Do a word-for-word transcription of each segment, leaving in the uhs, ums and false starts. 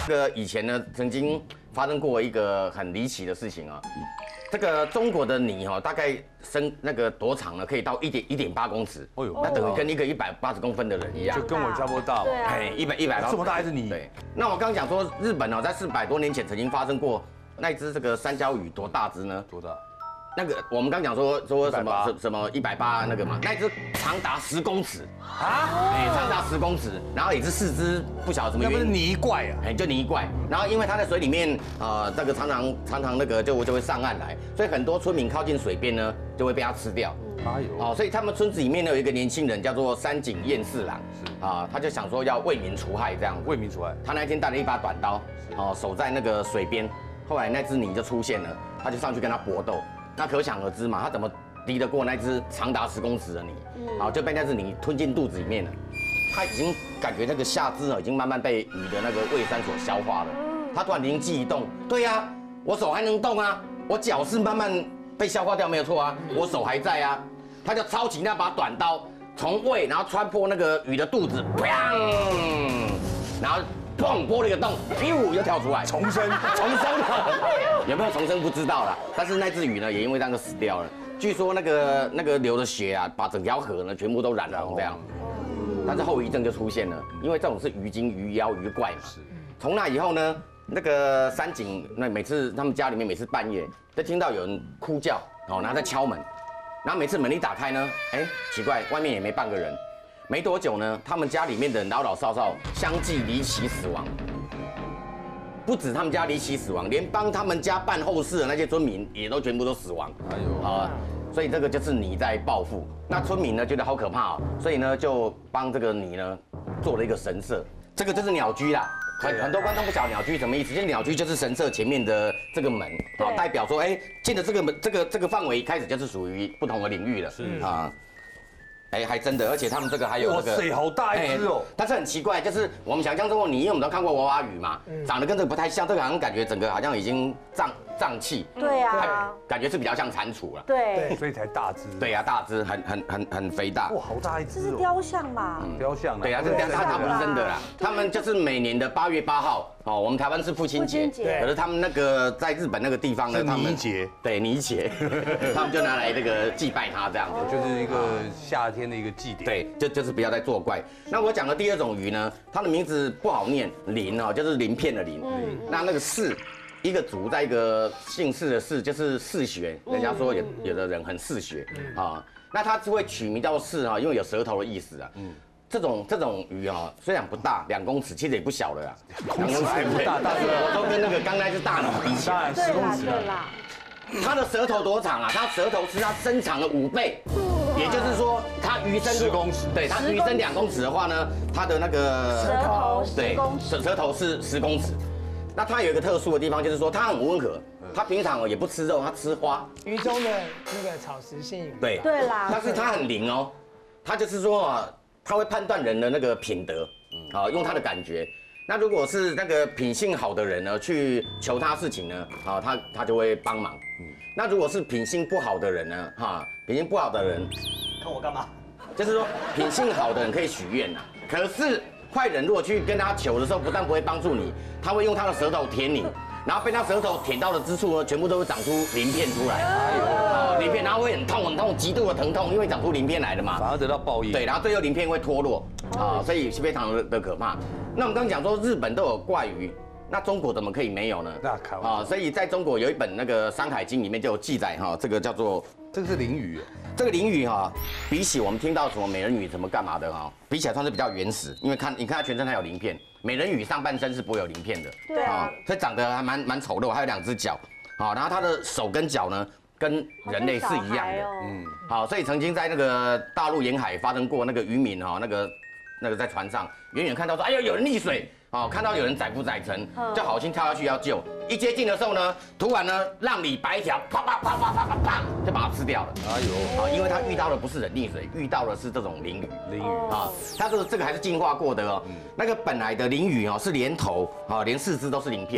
个以前呢，曾经发生过一个很离奇的事情啊。这个中国的拟哈，大概身那个多长呢？可以到一点一点八公尺。哦呦，那等于跟一个一百八十公分的人一样， 就跟我差不多大。 对啊。 哎，一百一百这么大还是你？ 对。那我刚刚讲说，日本哦，在四百多年前曾经发生过那一只这个三角鱼多大只呢？ 多大？ 那个我们刚讲说说什么什什么一百八那个嘛，那只长达十公尺啊，哎，长达十公尺，然后也是四肢不晓得什么原因， 那不是泥怪啊， 哎，就泥怪。然后因为它在水里面，呃，这个常常常常那个就就会上岸来，所以很多村民靠近水边呢，就会被它吃掉。哎呦，哦，所以他们村子里面呢有一个年轻人叫做山井彦四郎，是啊，他就想说要为民除害这样， 为民除害。 他那一天带了一把短刀，哦，守在那个水边，后来那只泥就出现了，他就上去跟他搏斗。那可想而知嘛，他怎么敌得过那只长达十公尺的泥？好，就被那只泥吞进肚子里面了。他已经感觉那个下肢已经慢慢被鱼的那个胃酸所消化了。他突然灵机一动，对呀、啊，我手还能动啊，我脚是慢慢被消化掉没有错啊，我手还在啊。他就抄起那把短刀，从胃然后穿破那个鱼的肚子，砰，然后。砰！拨了一个洞，咻又跳出来， 重生， 重生了。有没有重生不知道啦，但是那只鱼呢，也因为这样就死掉了。据说那个那个流的血啊，把整条河呢全部都染红这样。但是后遗症就出现了，因为这种是鱼精、鱼妖、鱼怪嘛。从那以后呢，那个山井那每次他们家里面每次半夜就听到有人哭叫，哦，然后在敲门，然后每次门一打开呢，哎，奇怪，外面也没半个人。没多久呢，他们家里面的老老少少相继离奇死亡。不止他们家离奇死亡，连帮他们家办后事的那些村民也都全部都死亡。哎呦，啊，所以这个就是你在报复。那村民呢觉得好可怕哦，所以呢就帮这个你呢做了一个神社。这个就是鸟居啦。很很多观众不晓得鸟居什么意思，就鸟居就是神社前面的这个门，好，代表说，哎，进的这个门，这个这个范围一开始就是属于不同的领域了。是啊。哎，还真的，而且他们这个还有那个， 哇塞，好大一只哦！ 但是很奇怪，就是我们想象中的泥，因为我们都看过娃娃鱼嘛，长得跟这个不太像，这个好像感觉整个好像已经胀胀气， 对啊， 感觉是比较像蟾蜍了。 对， 所以才大只。 对呀，大只，很很很很肥大。 哇，好大一只！ 这是雕像吧？ 雕像。 对啊，这雕它它不是真的啦。他们就是每年的八月八号哦，我们台湾是父亲节，可是他们那个在日本那个地方呢， 他们泥节， 对泥节，他们就拿来这个祭拜他这样子， 就是一个夏天的一个祭典。 对，就就是不要再作怪。那我讲的第二种鱼呢，它的名字不好念，鳞哦，就是鳞片的鳞。嗯。那那个氏，一个族在一个姓氏的氏，就是嗜血。人家说有有的人很嗜血啊，那它是会取名叫氏啊，因为有舌头的意思啊。嗯。这种这种鱼啊，虽然不大，两公尺，其实也不小了啦。 两公尺不大，大是我都跟那个刚才是大脑比起来， 十公尺啦。 它的舌头多长啊？它舌头是它身长的五倍。也就是说，它鱼身十公尺， 对，它鱼身两公尺的话呢，它的那个舌头对舌舌头是十公尺。那它有一个特殊的地方，就是说它很温和，它平常也不吃肉，它吃花。 鱼中的那个草食性鱼。 对对啦， 但是它很灵哦，它就是说啊，它会判断人的那个品德，啊，用它的感觉。那如果是那个品性好的人呢，去求他事情呢，啊，他他就会帮忙。那如果是品性不好的人呢，哈，品性不好的人， 看我干嘛？ 就是说品性好的人可以许愿呐，可是坏人如果去跟他求的时候，不但不会帮助你，他会用他的舌头舔你，然后被他舌头舔到的之处呢，全部都会长出鳞片出来，啊，鳞片，然后会很痛很痛，极度的疼痛，因为长出鳞片来的嘛， 反而得到报应。 对，然后最后鳞片会脱落，啊，所以是非常的的可怕。那我们刚刚讲说日本都有怪鱼。那中国怎么可以没有呢？ 那开玩笑啊，所以在中国有一本那个《山海经》里面就有记载哈，这个叫做这个是鲮鱼， 这个鲮鱼哈，比起我们听到什么美人鱼什么干嘛的哈，比起来算是比较原始，因为看你看它全身还有鳞片，美人鱼上半身是不会有鳞片的， 对啊， 所以长得还蛮蛮丑陋，还有两只脚，好，然后它的手跟脚呢跟人类是一样的，嗯，好，所以曾经在那个大陆沿海发生过那个渔民哈，那个那个在船上远远看到说，哎呦有人溺水。哦，看到有人载浮载沉，就好心跳下去要救。一接近的时候呢，突然呢，浪里白条，啪啪啪啪啪啪啪，就把它吃掉了。哎呦，啊，因为它遇到的不是人溺水，遇到的是这种鲮鱼。鲮鱼啊，它这个这个还是进化过的哦。那个本来的鲮鱼哦，是连头啊，连四肢都是鳞片。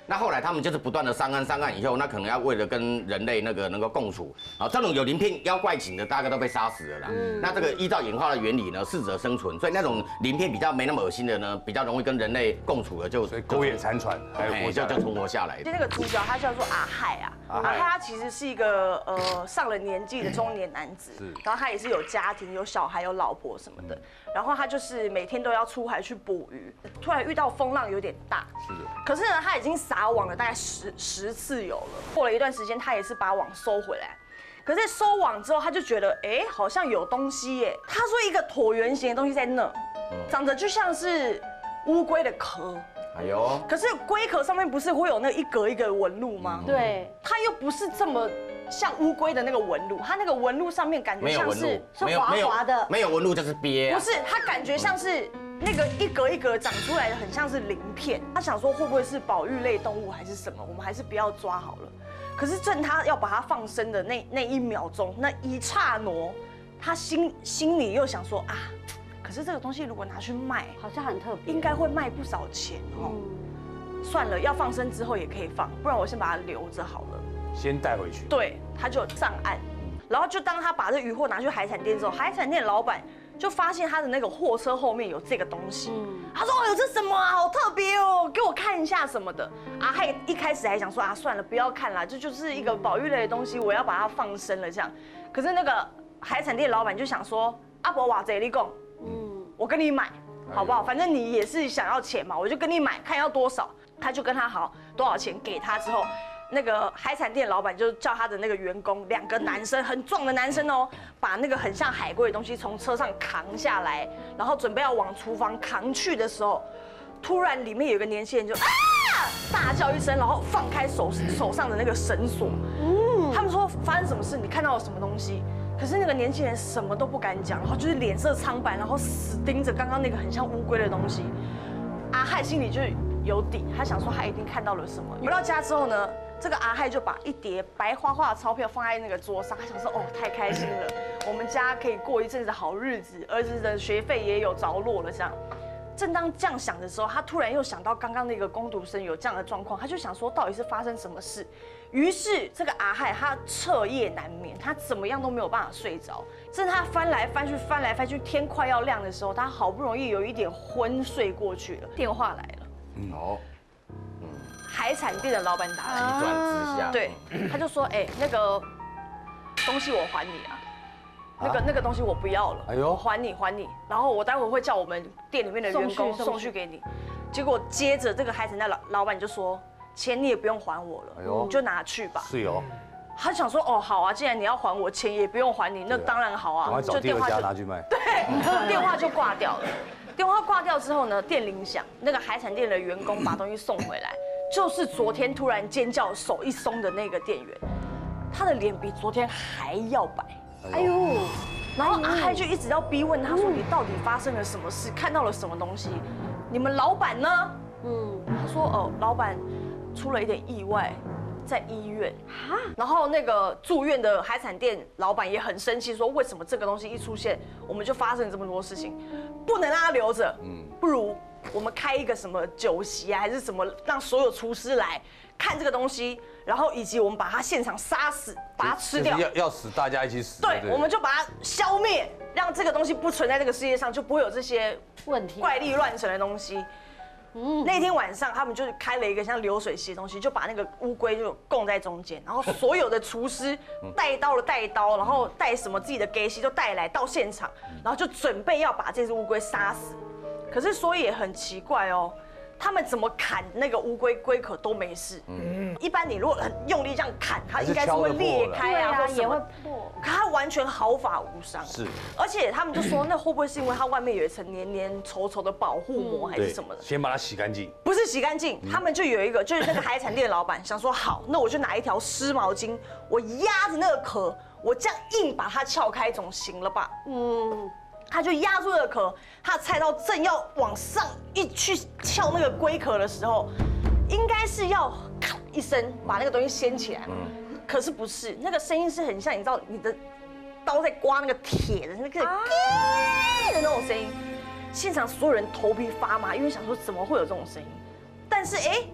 那后来他们就是不断的上岸，上岸以后，那可能要为了跟人类那个能够共处，啊，这种有鳞片妖怪型的大概都被杀死了啦。那这个依照演化的原理呢，适者生存，所以那种鳞片比较没那么恶心的呢，比较容易跟人类共处的，就所以苟延残喘，还活下来就就存活下来。 那个主角他叫做阿亥啊，阿亥他其实是一个呃上了年纪的中年男子，然后他也是有家庭、有小孩、有老婆什么的，然后他就是每天都要出海去捕鱼，突然遇到风浪有点大，是，可是呢他已经撒网了大概十十次有了，过了一段时间他也是把网收回来。可是收网之后，他就觉得，哎，好像有东西耶。他说一个椭圆形的东西在那，长得就像是乌龟的壳。哎呦！可是龟壳上面不是会有那一格一格的纹路吗？ 对， 它又不是这么像乌龟的那个纹路，它那个纹路上面感觉像是是滑滑的， 没有纹路就是鳖。 不是，它感觉像是那个一格一格长出来的，很像是鳞片。他想说会不会是保育类动物还是什么？我们还是不要抓好了。可是正他要把它放生的那那一秒钟，那一刹那，他心心里又想说啊，可是这个东西如果拿去卖， 好像很特别， 应该会卖不少钱哦。算了，要放生之后也可以放，不然我先把它留着好了。 先带回去。 对，他就上岸，然后就当他把这渔货拿去海产店之后，海产店老板就发现他的那个货车后面有这个东西，他说：“哎呦，这什么啊？好特别哦，给我看一下什么的。”啊，还一开始还想说啊，算了，不要看啦，这就是一个保育类的东西，我要把它放生了这样。可是那个海产店老板就想说：“阿伯瓦这里讲，嗯，我跟你买，好不好？反正你也是想要钱嘛，我就跟你买，看要多少。”他就跟他好多少钱给他之后。那个海产店老板就叫他的那个员工，两个男生很壮的男生哦，把那个很像海龟的东西从车上扛下来，然后准备要往厨房扛去的时候，突然里面有一个年轻人就啊大叫一声，然后放开手手上的那个绳索。嗯，他们说发生什么事？你看到了什么东西？可是那个年轻人什么都不敢讲，然后就是脸色苍白，然后死盯着刚刚那个很像乌龟的东西。阿亥心里就有底，他想说他一定看到了什么。回到家之后呢？这个阿亥就把一叠白花花的钞票放在那个桌上，他想说哦，太开心了，我们家可以过一阵子好日子，儿子的学费也有着落了。这样，正当这样想的时候，他突然又想到刚刚那个工读生有这样的状况，他就想说到底是发生什么事。于是这个阿亥他彻夜难眠，他怎么样都没有办法睡着。正他翻来翻去，翻来翻去，天快要亮的时候，他好不容易有一点昏睡过去了。电话来了，嗯哦。海产店的老板打来， 急转直下， 对，他就说，哎，那个东西我还你啊，那个那个东西我不要了，哎呦，还你还你，然后我待会会叫我们店里面的员工送去给你。结果接着这个海产店老老板就说，钱你也不用还我了，哎呦，你就拿去吧。 是哦。 他想说，哦，好啊，既然你要还我钱，也不用还你，那当然好啊， 就电话就拿去卖。 对，电话就挂掉了。电话挂掉之后呢，电铃响，那个海产店的员工把东西送回来。就是昨天突然尖叫手一松的那个店员，他的脸比昨天还要白。哎呦！然后阿亥就一直要逼问他说：“你到底发生了什么事？看到了什么东西？你们老板呢？”嗯，他说：“哦，老板出了一点意外，在医院。”哈。然后那个住院的海产店老板也很生气，说：“为什么这个东西一出现，我们就发生这么多事情？不能让他留着。嗯，不如。”我们开一个什么酒席啊，还是什么，让所有厨师来看这个东西，然后以及我们把它现场杀死，把它吃掉， 要要死大家一起死。 对，我们就把它消灭，让这个东西不存在这个世界上，就不会有这些问题、 怪力乱神的东西。嗯，那天晚上他们就开了一个像流水席的东西，就把那个乌龟就供在中间，然后所有的厨师带刀的带刀，然后带什么自己的给西都带来到现场，然后就准备要把这只乌龟杀死。可是说也很奇怪哦，他们怎么砍那个乌龟龟壳都没事。嗯，一般你如果很用力这样砍，它应该是会裂开啊，或也会破。可它完全毫发无伤。是，而且他们就说，那会不会是因为它外面有一层黏黏稠稠的保护膜，还是什么的？ 先把它洗干净。 不是洗干净，他们就有一个，就是那个海产店的老板想说，好，那我就拿一条湿毛巾，我压着那个壳，我这样硬把它撬开，总行了吧？嗯。他就压住了壳，他的菜刀正要往上一去撬那个龟壳的时候，应该是要咔一声把那个东西掀起来嘛。可是不是，那个声音是很像你知道你的刀在刮那个铁的那个的那种声音。现场所有人头皮发麻，因为想说怎么会有这种声音？但是哎，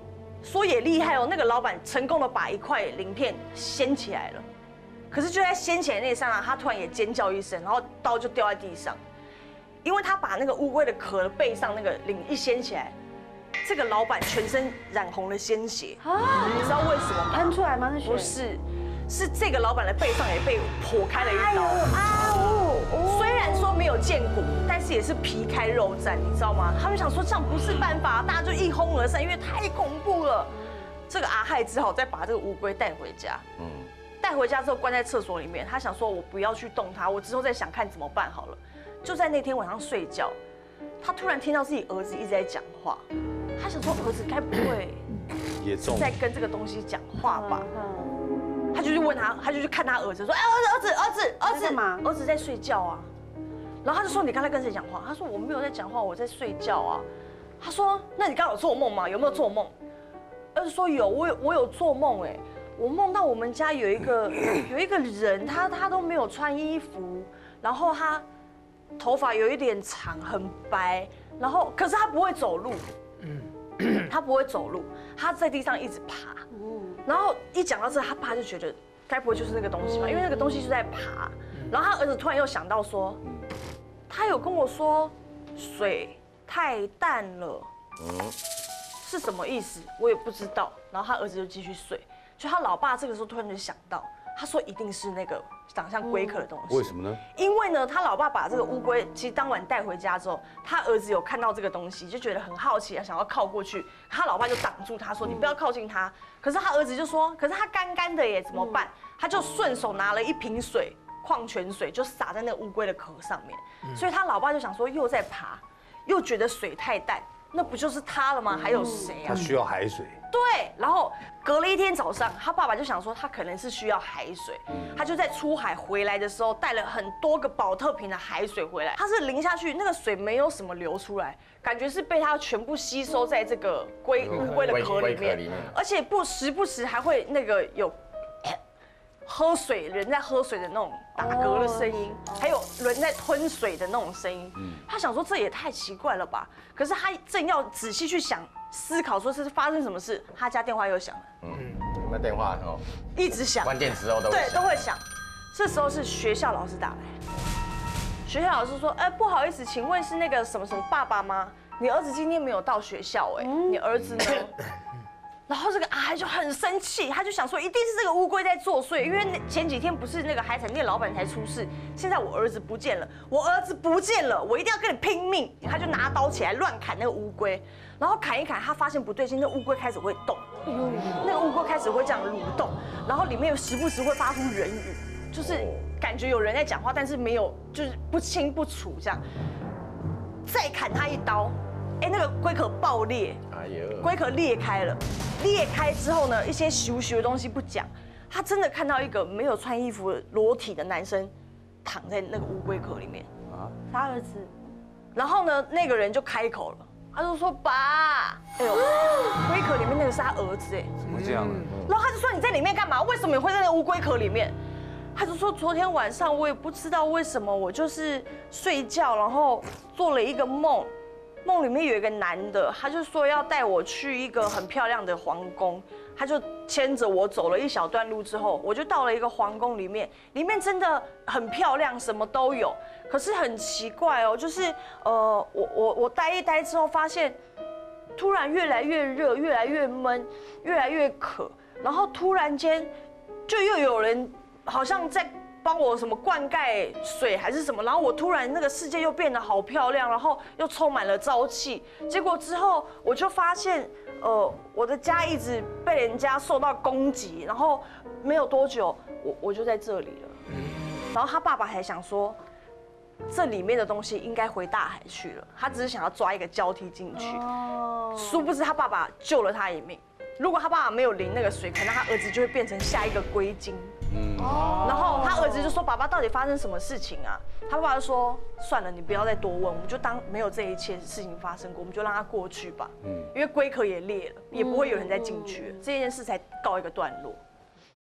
说也厉害哦，那个老板成功的把一块鳞片掀起来了。可是就在掀起来那一刹那，他突然也尖叫一声，然后刀就掉在地上。因为他把那个乌龟的壳的背上那个鳞一掀起来，这个老板全身染红了鲜血啊！你知道为什么吗？ 喷出来吗？那血不是，是这个老板的背上也被剖开了一刀。 啊哦！ 虽然说没有见骨，但是也是皮开肉绽，你知道吗？他们想说这样不是办法，大家就一哄而散，因为太恐怖了。这个阿亥只好再把这个乌龟带回家。嗯。带回家之后关在厕所里面，他想说我不要去动它，我之后再想看怎么办好了。就在那天晚上睡觉，他突然听到自己儿子一直在讲话，他想说儿子该不会也中在跟这个东西讲话吧？他就去问他，他就去看他儿子说：“哎，儿子，儿子，儿子，儿子， 嘛？ 儿子在睡觉啊。”然后他就说：“你刚才跟谁讲话？”他说：“我没有在讲话，我在睡觉啊。”他说：“那你刚刚有做梦吗？有没有做梦？”儿子说：“有，我有，我有做梦哎，我梦到我们家有一个有一个人，他他都没有穿衣服，然后他。”头发有一点长，很白，然后可是他不会走路，他不会走路，他在地上一直爬，然后一讲到这，他爸就觉得该不会就是那个东西吧，因为那个东西就在爬，然后他儿子突然又想到说，他有跟我说水太淡了，是什么意思？我也不知道，然后他儿子就继续睡，就他老爸这个时候突然就想到。他说一定是那个长像龟壳的东西。 为什么呢？ 因为呢，他老爸把这个乌龟其实当晚带回家之后，他儿子有看到这个东西，就觉得很好奇，想要靠过去。他老爸就挡住他说：“你不要靠近它。”可是他儿子就说：“可是它干干的耶，怎么办？”他就顺手拿了一瓶水，矿泉水，就洒在那个乌龟的壳上面。所以他老爸就想说，又在爬，又觉得水太淡，那不就是他了吗？还有谁啊？ 他需要海水。 对，然后隔了一天早上，他爸爸就想说他可能是需要海水，他就在出海回来的时候带了很多个保特瓶的海水回来。他是淋下去，那个水没有什么流出来，感觉是被他全部吸收在这个龟乌龟的壳里面，而且不时不时还会那个有喝水人在喝水的那种打嗝的声音，还有人在吞水的那种声音。他想说这也太奇怪了吧？可是他正要仔细去想。思考说是发生什么事，他家电话又响了。嗯， 那电话哦， 一直响， 关键时候都对都会响。这时候是学校老师打来，学校老师说：“哎，不好意思，请问是那个什么什么爸爸吗？你儿子今天没有到学校，哎，你儿子呢？”然后这个阿海就很生气，他就想说，一定是这个乌龟在作祟，因为前几天不是那个海产店老板才出事，现在我儿子不见了，我儿子不见了，我一定要跟你拼命！他就拿刀起来乱砍那个乌龟，然后砍一砍，他发现不对劲，那乌龟开始会动，那个乌龟开始会这样蠕动，然后里面有时不时会发出人语，就是感觉有人在讲话，但是没有，就是不清不楚这样。再砍他一刀，哎，那个龟壳爆裂，哎呦，龟壳裂开了。裂开之后呢，一些咻咻的东西不讲，他真的看到一个没有穿衣服裸体的男生躺在那个乌龟壳里面啊， 他儿子。 然后呢，那个人就开口了，他就说：“爸，哎呦，龟壳里面那个是他儿子哎。” 怎么这样？ 然后他就说：“你在里面干嘛？为什么你会在那个乌龟壳里面？”他就说：“昨天晚上我也不知道为什么，我就是睡觉，然后做了一个梦。”梦里面有一个男的，他就说要带我去一个很漂亮的皇宫，他就牵着我走了一小段路之后，我就到了一个皇宫里面，里面真的很漂亮，什么都有。可是很奇怪哦，就是呃，我我我待一待之后，发现突然越来越热，越来越闷，越来越渴，然后突然间就又有人好像在。帮我什么灌溉水还是什么，然后我突然那个世界又变得好漂亮，然后又充满了朝气。结果之后我就发现，呃，我的家一直被人家受到攻击，然后没有多久，我我就在这里了。然后他爸爸还想说，这里面的东西应该回大海去了，他只是想要抓一个交替进去。殊不知他爸爸救了他一命。如果他爸爸没有淋那个水，可能他儿子就会变成下一个龟精。嗯，然后他儿子就说：“爸爸到底发生什么事情啊？”他爸爸就说：“算了，你不要再多问，我们就当没有这一切事情发生过，我们就让它过去吧。嗯，因为龟壳也裂了，也不会有人再进去了，这件事才告一个段落。”